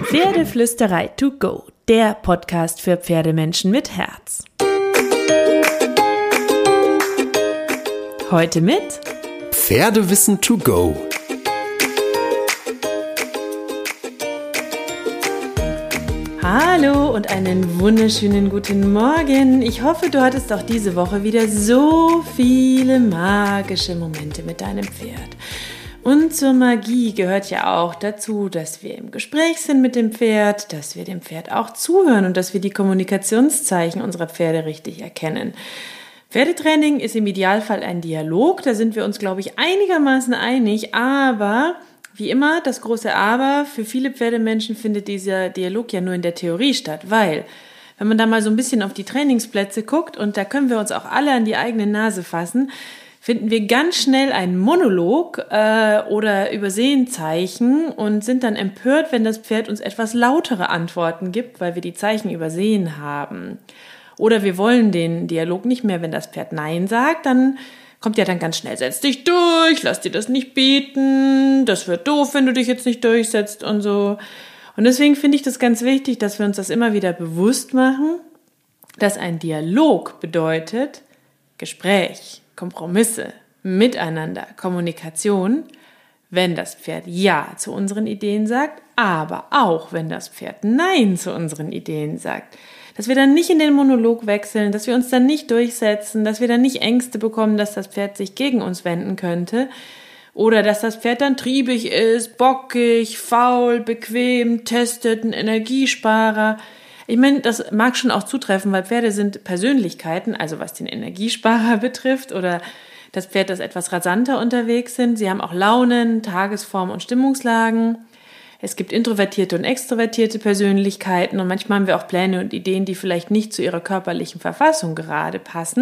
Pferdeflüsterei to go, der Podcast für Pferdemenschen mit Herz. Heute mit Pferdewissen to go. Hallo und einen wunderschönen guten Morgen. Ich hoffe, du hattest auch diese Woche wieder so viele magische Momente mit deinem Pferd. Und zur Magie gehört ja auch dazu, dass wir im Gespräch sind mit dem Pferd, dass wir dem Pferd auch zuhören und dass wir die Kommunikationszeichen unserer Pferde richtig erkennen. Pferdetraining ist im Idealfall ein Dialog, da sind wir uns, glaube ich, einigermaßen einig, aber wie immer, das große Aber, für viele Pferdemenschen findet dieser Dialog ja nur in der Theorie statt, weil, wenn man da mal so ein bisschen auf die Trainingsplätze guckt, und da können wir uns auch alle an die eigene Nase fassen, finden wir ganz schnell einen Monolog oder übersehen Zeichen und sind dann empört, wenn das Pferd uns etwas lautere Antworten gibt, weil wir die Zeichen übersehen haben. Oder wir wollen den Dialog nicht mehr, wenn das Pferd Nein sagt, dann kommt ja dann ganz schnell, setz dich durch, lass dir das nicht bieten, das wird doof, wenn du dich jetzt nicht durchsetzt und so. Und deswegen finde ich das ganz wichtig, dass wir uns das immer wieder bewusst machen, dass ein Dialog bedeutet Gespräch, Kompromisse, Miteinander, Kommunikation, wenn das Pferd Ja zu unseren Ideen sagt, aber auch wenn das Pferd Nein zu unseren Ideen sagt. Dass wir dann nicht in den Monolog wechseln, dass wir uns dann nicht durchsetzen, dass wir dann nicht Ängste bekommen, dass das Pferd sich gegen uns wenden könnte oder dass das Pferd dann triebig ist, bockig, faul, bequem, testet, ein Energiesparer. Ich meine, das mag schon auch zutreffen, weil Pferde sind Persönlichkeiten, also was den Energiesparer betrifft oder das Pferd, das etwas rasanter unterwegs sind. Sie haben auch Launen, Tagesform und Stimmungslagen. Es gibt introvertierte und extrovertierte Persönlichkeiten und manchmal haben wir auch Pläne und Ideen, die vielleicht nicht zu ihrer körperlichen Verfassung gerade passen.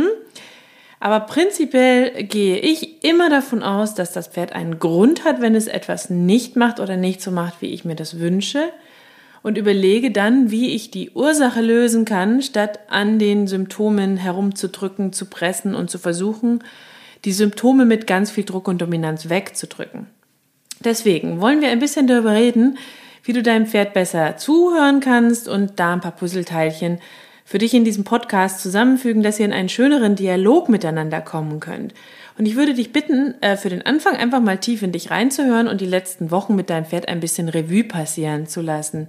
Aber prinzipiell gehe ich immer davon aus, dass das Pferd einen Grund hat, wenn es etwas nicht macht oder nicht so macht, wie ich mir das wünsche. Und überlege dann, wie ich die Ursache lösen kann, statt an den Symptomen herumzudrücken, zu pressen und zu versuchen, die Symptome mit ganz viel Druck und Dominanz wegzudrücken. Deswegen wollen wir ein bisschen darüber reden, wie du deinem Pferd besser zuhören kannst und da ein paar Puzzleteilchen für dich in diesem Podcast zusammenfügen, dass ihr in einen schöneren Dialog miteinander kommen könnt. Und ich würde dich bitten, für den Anfang einfach mal tief in dich reinzuhören und die letzten Wochen mit deinem Pferd ein bisschen Revue passieren zu lassen.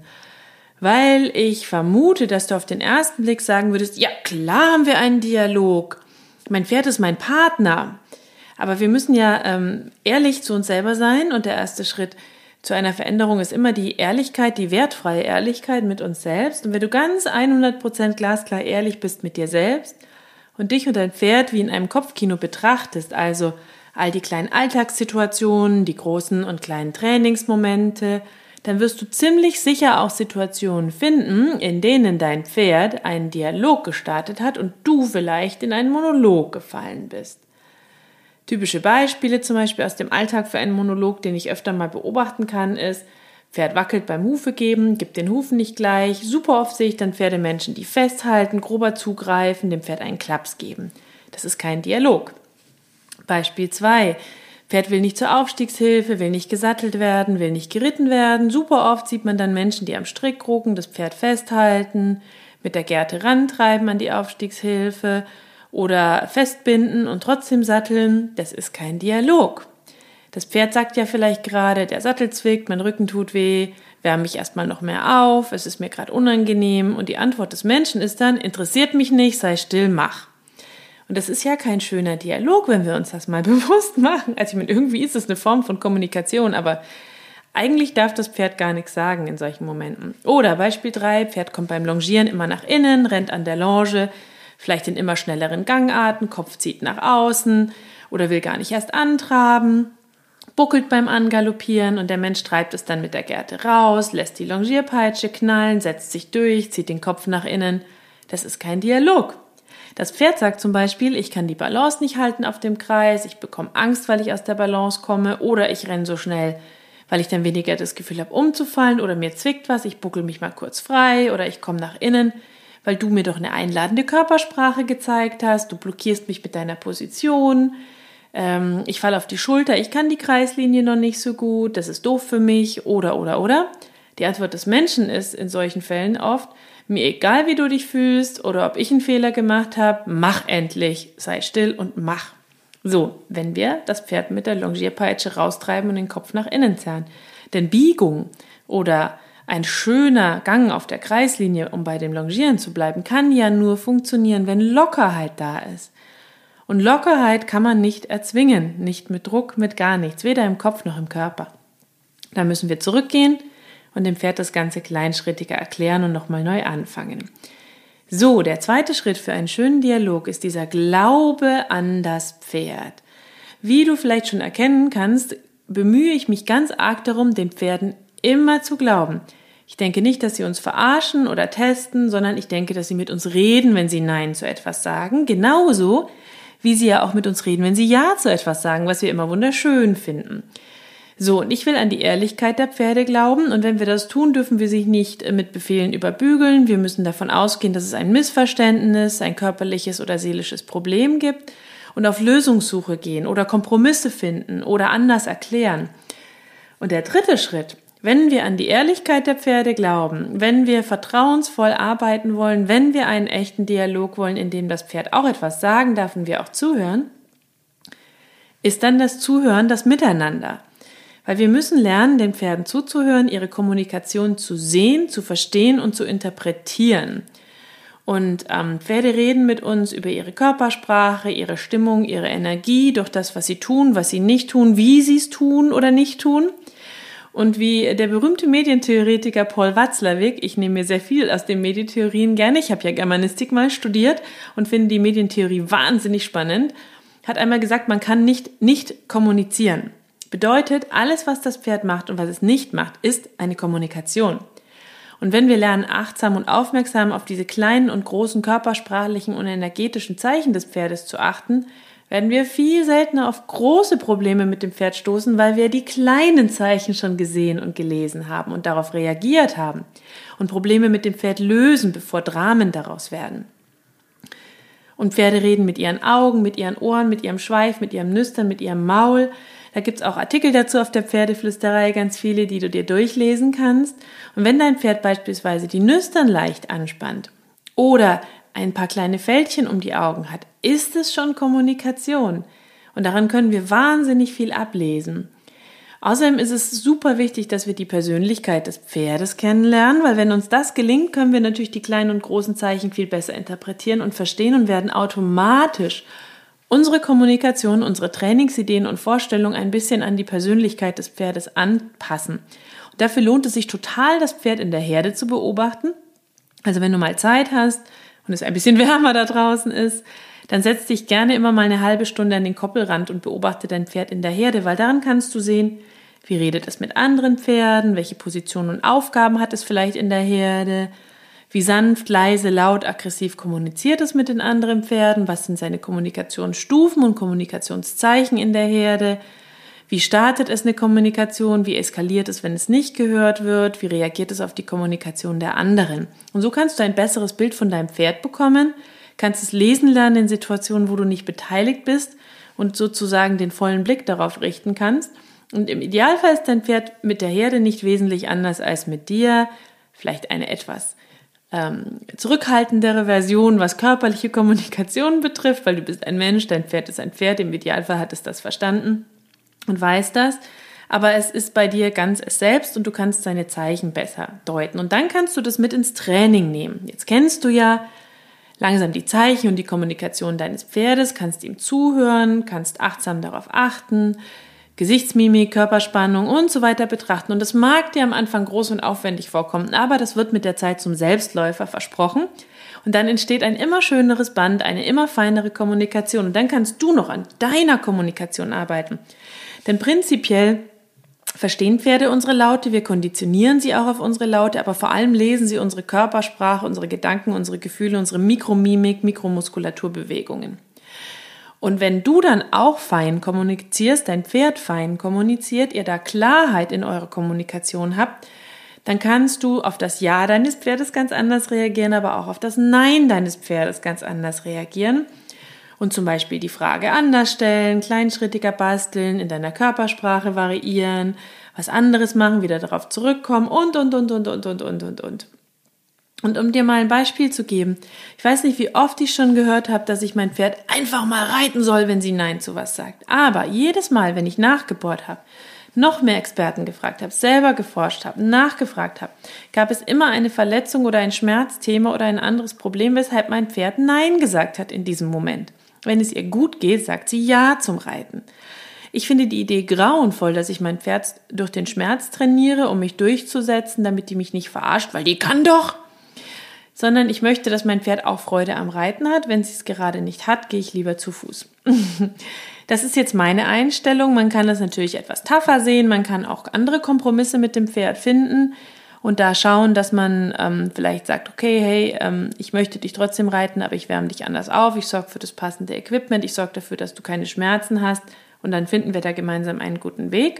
Weil ich vermute, dass du auf den ersten Blick sagen würdest, ja klar haben wir einen Dialog, mein Pferd ist mein Partner. Aber wir müssen ja ehrlich zu uns selber sein und der erste Schritt zu einer Veränderung ist immer die Ehrlichkeit, die wertfreie Ehrlichkeit mit uns selbst. Und wenn du ganz 100% glasklar ehrlich bist mit dir selbst und dich und dein Pferd wie in einem Kopfkino betrachtest, also all die kleinen Alltagssituationen, die großen und kleinen Trainingsmomente, dann wirst du ziemlich sicher auch Situationen finden, in denen dein Pferd einen Dialog gestartet hat und du vielleicht in einen Monolog gefallen bist. Typische Beispiele zum Beispiel aus dem Alltag für einen Monolog, den ich öfter mal beobachten kann, ist, Pferd wackelt beim Hufe geben, gibt den Hufen nicht gleich. Super oft sehe ich dann Pferdemenschen, die festhalten, grober zugreifen, dem Pferd einen Klaps geben. Das ist kein Dialog. Beispiel 2. Pferd will nicht zur Aufstiegshilfe, will nicht gesattelt werden, will nicht geritten werden. Super oft sieht man dann Menschen, die am Strick rucken, das Pferd festhalten, mit der Gerte rantreiben an die Aufstiegshilfe oder festbinden und trotzdem satteln. Das ist kein Dialog. Das Pferd sagt ja vielleicht gerade, der Sattel zwickt, mein Rücken tut weh, wärme mich erstmal noch mehr auf, es ist mir gerade unangenehm. Und die Antwort des Menschen ist dann, interessiert mich nicht, sei still, mach. Und das ist ja kein schöner Dialog, wenn wir uns das mal bewusst machen. Also ich meine, irgendwie ist es eine Form von Kommunikation, aber eigentlich darf das Pferd gar nichts sagen in solchen Momenten. Oder Beispiel 3, Pferd kommt beim Longieren immer nach innen, rennt an der Longe, vielleicht in immer schnelleren Gangarten, Kopf zieht nach außen oder will gar nicht erst antraben, buckelt beim Angaloppieren und der Mensch treibt es dann mit der Gerte raus, lässt die Longierpeitsche knallen, setzt sich durch, zieht den Kopf nach innen. Das ist kein Dialog. Das Pferd sagt zum Beispiel, ich kann die Balance nicht halten auf dem Kreis, ich bekomme Angst, weil ich aus der Balance komme oder ich renne so schnell, weil ich dann weniger das Gefühl habe, umzufallen oder mir zwickt was, ich buckel mich mal kurz frei oder ich komme nach innen, weil du mir doch eine einladende Körpersprache gezeigt hast, du blockierst mich mit deiner Position, ich falle auf die Schulter, ich kann die Kreislinie noch nicht so gut, das ist doof für mich oder. Die Antwort des Menschen ist in solchen Fällen oft, mir egal wie du dich fühlst oder ob ich einen Fehler gemacht habe, mach endlich, sei still und mach. So, wenn wir das Pferd mit der Longierpeitsche raustreiben und den Kopf nach innen zerren. Denn Biegung oder ein schöner Gang auf der Kreislinie, um bei dem Longieren zu bleiben, kann ja nur funktionieren, wenn Lockerheit da ist. Und Lockerheit kann man nicht erzwingen, nicht mit Druck, mit gar nichts, weder im Kopf noch im Körper. Da müssen wir zurückgehen und dem Pferd das Ganze kleinschrittiger erklären und nochmal neu anfangen. So, der zweite Schritt für einen schönen Dialog ist dieser Glaube an das Pferd. Wie du vielleicht schon erkennen kannst, bemühe ich mich ganz arg darum, den Pferden immer zu glauben. Ich denke nicht, dass sie uns verarschen oder testen, sondern ich denke, dass sie mit uns reden, wenn sie Nein zu etwas sagen. Genauso, wie sie ja auch mit uns reden, wenn sie Ja zu etwas sagen, was wir immer wunderschön finden. So, und ich will an die Ehrlichkeit der Pferde glauben und wenn wir das tun, dürfen wir sie nicht mit Befehlen überbügeln. Wir müssen davon ausgehen, dass es ein Missverständnis, ein körperliches oder seelisches Problem gibt und auf Lösungssuche gehen oder Kompromisse finden oder anders erklären. Und der dritte Schritt, wenn wir an die Ehrlichkeit der Pferde glauben, wenn wir vertrauensvoll arbeiten wollen, wenn wir einen echten Dialog wollen, in dem das Pferd auch etwas sagen darf und wir auch zuhören, ist dann das Zuhören das Miteinander. Weil wir müssen lernen, den Pferden zuzuhören, ihre Kommunikation zu sehen, zu verstehen und zu interpretieren. Und Pferde reden mit uns über ihre Körpersprache, ihre Stimmung, ihre Energie, durch das, was sie tun, was sie nicht tun, wie sie es tun oder nicht tun. Und wie der berühmte Medientheoretiker Paul Watzlawick, ich nehme mir sehr viel aus den Medientheorien gerne, ich habe ja Germanistik mal studiert und finde die Medientheorie wahnsinnig spannend, hat einmal gesagt, man kann nicht kommunizieren. Bedeutet, alles, was das Pferd macht und was es nicht macht, ist eine Kommunikation. Und wenn wir lernen, achtsam und aufmerksam auf diese kleinen und großen körpersprachlichen und energetischen Zeichen des Pferdes zu achten, werden wir viel seltener auf große Probleme mit dem Pferd stoßen, weil wir die kleinen Zeichen schon gesehen und gelesen haben und darauf reagiert haben und Probleme mit dem Pferd lösen, bevor Dramen daraus werden. Und Pferde reden mit ihren Augen, mit ihren Ohren, mit ihrem Schweif, mit ihrem Nüstern, mit ihrem Maul. Da gibt's auch Artikel dazu auf der Pferdeflüsterei, ganz viele, die du dir durchlesen kannst. Und wenn dein Pferd beispielsweise die Nüstern leicht anspannt oder ein paar kleine Fältchen um die Augen hat, ist es schon Kommunikation. Und daran können wir wahnsinnig viel ablesen. Außerdem ist es super wichtig, dass wir die Persönlichkeit des Pferdes kennenlernen, weil wenn uns das gelingt, können wir natürlich die kleinen und großen Zeichen viel besser interpretieren und verstehen und werden automatisch unsere Kommunikation, unsere Trainingsideen und Vorstellungen ein bisschen an die Persönlichkeit des Pferdes anpassen. Und dafür lohnt es sich total, das Pferd in der Herde zu beobachten. Also wenn du mal Zeit hast und es ein bisschen wärmer da draußen ist, dann setz dich gerne immer mal eine halbe Stunde an den Koppelrand und beobachte dein Pferd in der Herde, weil daran kannst du sehen, wie redet es mit anderen Pferden, welche Positionen und Aufgaben hat es vielleicht in der Herde, wie sanft, leise, laut, aggressiv kommuniziert es mit den anderen Pferden, was sind seine Kommunikationsstufen und Kommunikationszeichen in der Herde, wie startet es eine Kommunikation, wie eskaliert es, wenn es nicht gehört wird, wie reagiert es auf die Kommunikation der anderen. Und so kannst du ein besseres Bild von deinem Pferd bekommen, kannst es lesen lernen in Situationen, wo du nicht beteiligt bist und sozusagen den vollen Blick darauf richten kannst. Und im Idealfall ist dein Pferd mit der Herde nicht wesentlich anders als mit dir, vielleicht eine etwas zurückhaltendere Version, was körperliche Kommunikation betrifft, weil du bist ein Mensch, dein Pferd ist ein Pferd, im Idealfall hat es das verstanden und weiß das, aber es ist bei dir ganz es selbst und du kannst seine Zeichen besser deuten und dann kannst du das mit ins Training nehmen. Jetzt kennst du ja langsam die Zeichen und die Kommunikation deines Pferdes, kannst ihm zuhören, kannst achtsam darauf achten, Gesichtsmimik, Körperspannung und so weiter betrachten. Und das mag dir am Anfang groß und aufwendig vorkommen, aber das wird mit der Zeit zum Selbstläufer versprochen. Und dann entsteht ein immer schöneres Band, eine immer feinere Kommunikation. Und dann kannst du noch an deiner Kommunikation arbeiten. Denn prinzipiell verstehen Pferde unsere Laute, wir konditionieren sie auch auf unsere Laute, aber vor allem lesen sie unsere Körpersprache, unsere Gedanken, unsere Gefühle, unsere Mikromimik, Mikromuskulaturbewegungen. Und wenn du dann auch fein kommunizierst, dein Pferd fein kommuniziert, ihr da Klarheit in eurer Kommunikation habt, dann kannst du auf das Ja deines Pferdes ganz anders reagieren, aber auch auf das Nein deines Pferdes ganz anders reagieren. Und zum Beispiel die Frage anders stellen, kleinschrittiger basteln, in deiner Körpersprache variieren. was anderes machen, wieder darauf zurückkommen und. Und um dir mal ein Beispiel zu geben, ich weiß nicht, wie oft ich schon gehört habe, dass ich mein Pferd einfach mal reiten soll, wenn sie Nein zu was sagt. Aber jedes Mal, wenn ich nachgebohrt habe, noch mehr Experten gefragt habe, selber geforscht habe, nachgefragt habe, gab es immer eine Verletzung oder ein Schmerzthema oder ein anderes Problem, weshalb mein Pferd Nein gesagt hat in diesem Moment. Wenn es ihr gut geht, sagt sie Ja zum Reiten. Ich finde die Idee grauenvoll, dass ich mein Pferd durch den Schmerz trainiere, um mich durchzusetzen, damit die mich nicht verarscht, weil die kann doch. Sondern ich möchte, dass mein Pferd auch Freude am Reiten hat. Wenn sie es gerade nicht hat, gehe ich lieber zu Fuß. Das ist jetzt meine Einstellung. Man kann das natürlich etwas tougher sehen. Man kann auch andere Kompromisse mit dem Pferd finden und da schauen, dass man vielleicht sagt, okay, hey, ich möchte dich trotzdem reiten, aber ich wärme dich anders auf. Ich sorge für das passende Equipment. Ich sorge dafür, dass du keine Schmerzen hast. Und dann finden wir da gemeinsam einen guten Weg.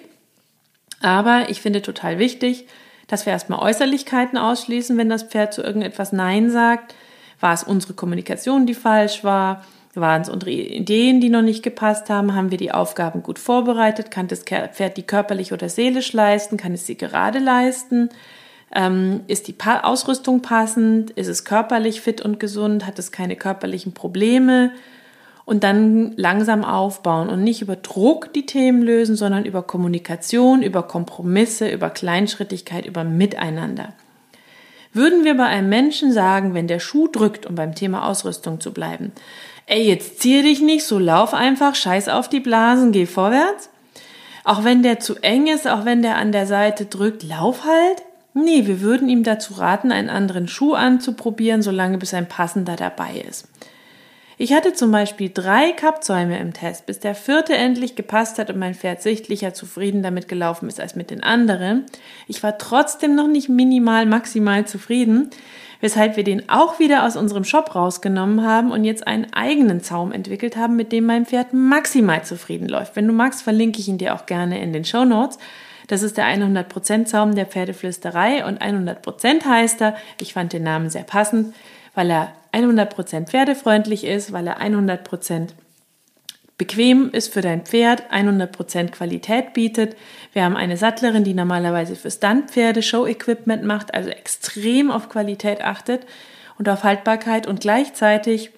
Aber ich finde total wichtig, dass wir erstmal Äußerlichkeiten ausschließen, wenn das Pferd zu irgendetwas Nein sagt. War es unsere Kommunikation, die falsch war? Waren es unsere Ideen, die noch nicht gepasst haben? Haben wir die Aufgaben gut vorbereitet? Kann das Pferd die körperlich oder seelisch leisten? Kann es sie gerade leisten? Ist die Ausrüstung passend? Ist es körperlich fit und gesund? Hat es keine körperlichen Probleme? Und dann langsam aufbauen und nicht über Druck die Themen lösen, sondern über Kommunikation, über Kompromisse, über Kleinschrittigkeit, über Miteinander. Würden wir bei einem Menschen sagen, wenn der Schuh drückt, um beim Thema Ausrüstung zu bleiben, ey, jetzt zieh dich nicht, so lauf einfach, scheiß auf die Blasen, geh vorwärts. Auch wenn der zu eng ist, auch wenn der an der Seite drückt, lauf halt. Nee, wir würden ihm dazu raten, einen anderen Schuh anzuprobieren, solange bis ein passender dabei ist. Ich hatte zum Beispiel 3 Kappzäume im Test, bis der 4. endlich gepasst hat und mein Pferd sichtlicher zufrieden damit gelaufen ist als mit den anderen. Ich war trotzdem noch nicht maximal zufrieden, weshalb wir den auch wieder aus unserem Shop rausgenommen haben und jetzt einen eigenen Zaum entwickelt haben, mit dem mein Pferd maximal zufrieden läuft. Wenn du magst, verlinke ich ihn dir auch gerne in den Shownotes. Das ist der 100% Zaum der Pferdeflüsterei und 100% heißt er. Ich fand den Namen sehr passend, weil er 100% pferdefreundlich ist, weil er 100% bequem ist für dein Pferd, 100% Qualität bietet. Wir haben eine Sattlerin, die normalerweise für Stuntpferde Show-Equipment macht, also extrem auf Qualität achtet und auf Haltbarkeit und gleichzeitig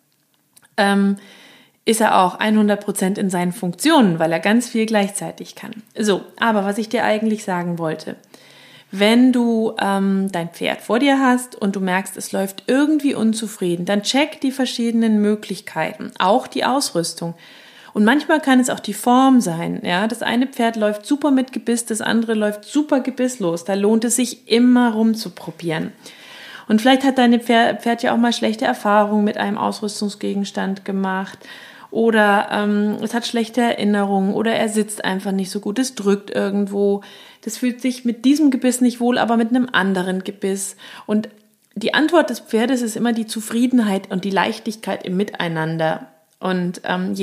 ist er auch 100% in seinen Funktionen, weil er ganz viel gleichzeitig kann. So, aber was ich dir eigentlich sagen wollte, wenn du dein Pferd vor dir hast und du merkst, es läuft irgendwie unzufrieden, dann check die verschiedenen Möglichkeiten, auch die Ausrüstung. Und manchmal kann es auch die Form sein. Ja? Das eine Pferd läuft super mit Gebiss, das andere läuft super gebisslos. Da lohnt es sich immer rumzuprobieren. Und vielleicht hat dein Pferd ja auch mal schlechte Erfahrungen mit einem Ausrüstungsgegenstand gemacht. Oder es hat schlechte Erinnerungen oder er sitzt einfach nicht so gut, es drückt irgendwo. Das fühlt sich mit diesem Gebiss nicht wohl, aber mit einem anderen Gebiss. Und die Antwort des Pferdes ist immer die Zufriedenheit und die Leichtigkeit im Miteinander. Und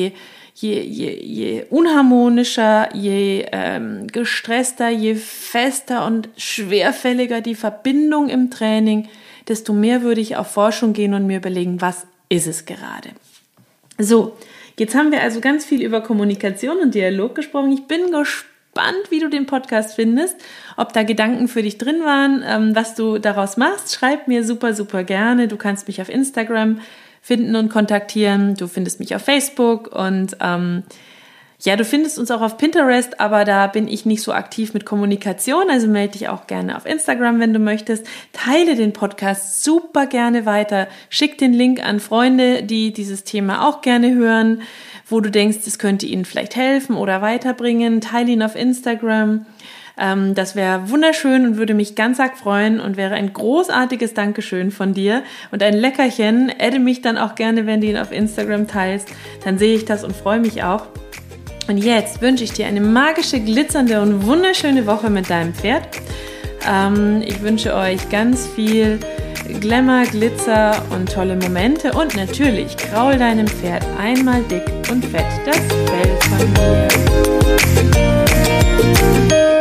je unharmonischer, je gestresster, je fester und schwerfälliger die Verbindung im Training, desto mehr würde ich auf Forschung gehen und mir überlegen, was ist es gerade. So, jetzt haben wir also ganz viel über Kommunikation und Dialog gesprochen. Ich bin gespannt, wie du den Podcast findest, ob da Gedanken für dich drin waren, was du daraus machst. Schreib mir super, super gerne. Du kannst mich auf Instagram finden und kontaktieren. Du findest mich auf Facebook und du findest uns auch auf Pinterest, aber da bin ich nicht so aktiv mit Kommunikation, also melde dich auch gerne auf Instagram, wenn du möchtest. Teile den Podcast super gerne weiter. Schick den Link an Freunde, die dieses Thema auch gerne hören, wo du denkst, es könnte ihnen vielleicht helfen oder weiterbringen. Teile ihn auf Instagram. Das wäre wunderschön und würde mich ganz arg freuen und wäre ein großartiges Dankeschön von dir und ein Leckerchen. Adde mich dann auch gerne, wenn du ihn auf Instagram teilst. Dann sehe ich das und freue mich auch. Und jetzt wünsche ich dir eine magische, glitzernde und wunderschöne Woche mit deinem Pferd. Ich wünsche euch ganz viel Glamour, Glitzer und tolle Momente. Und natürlich kraul deinem Pferd einmal dick und fett das Fell von dir.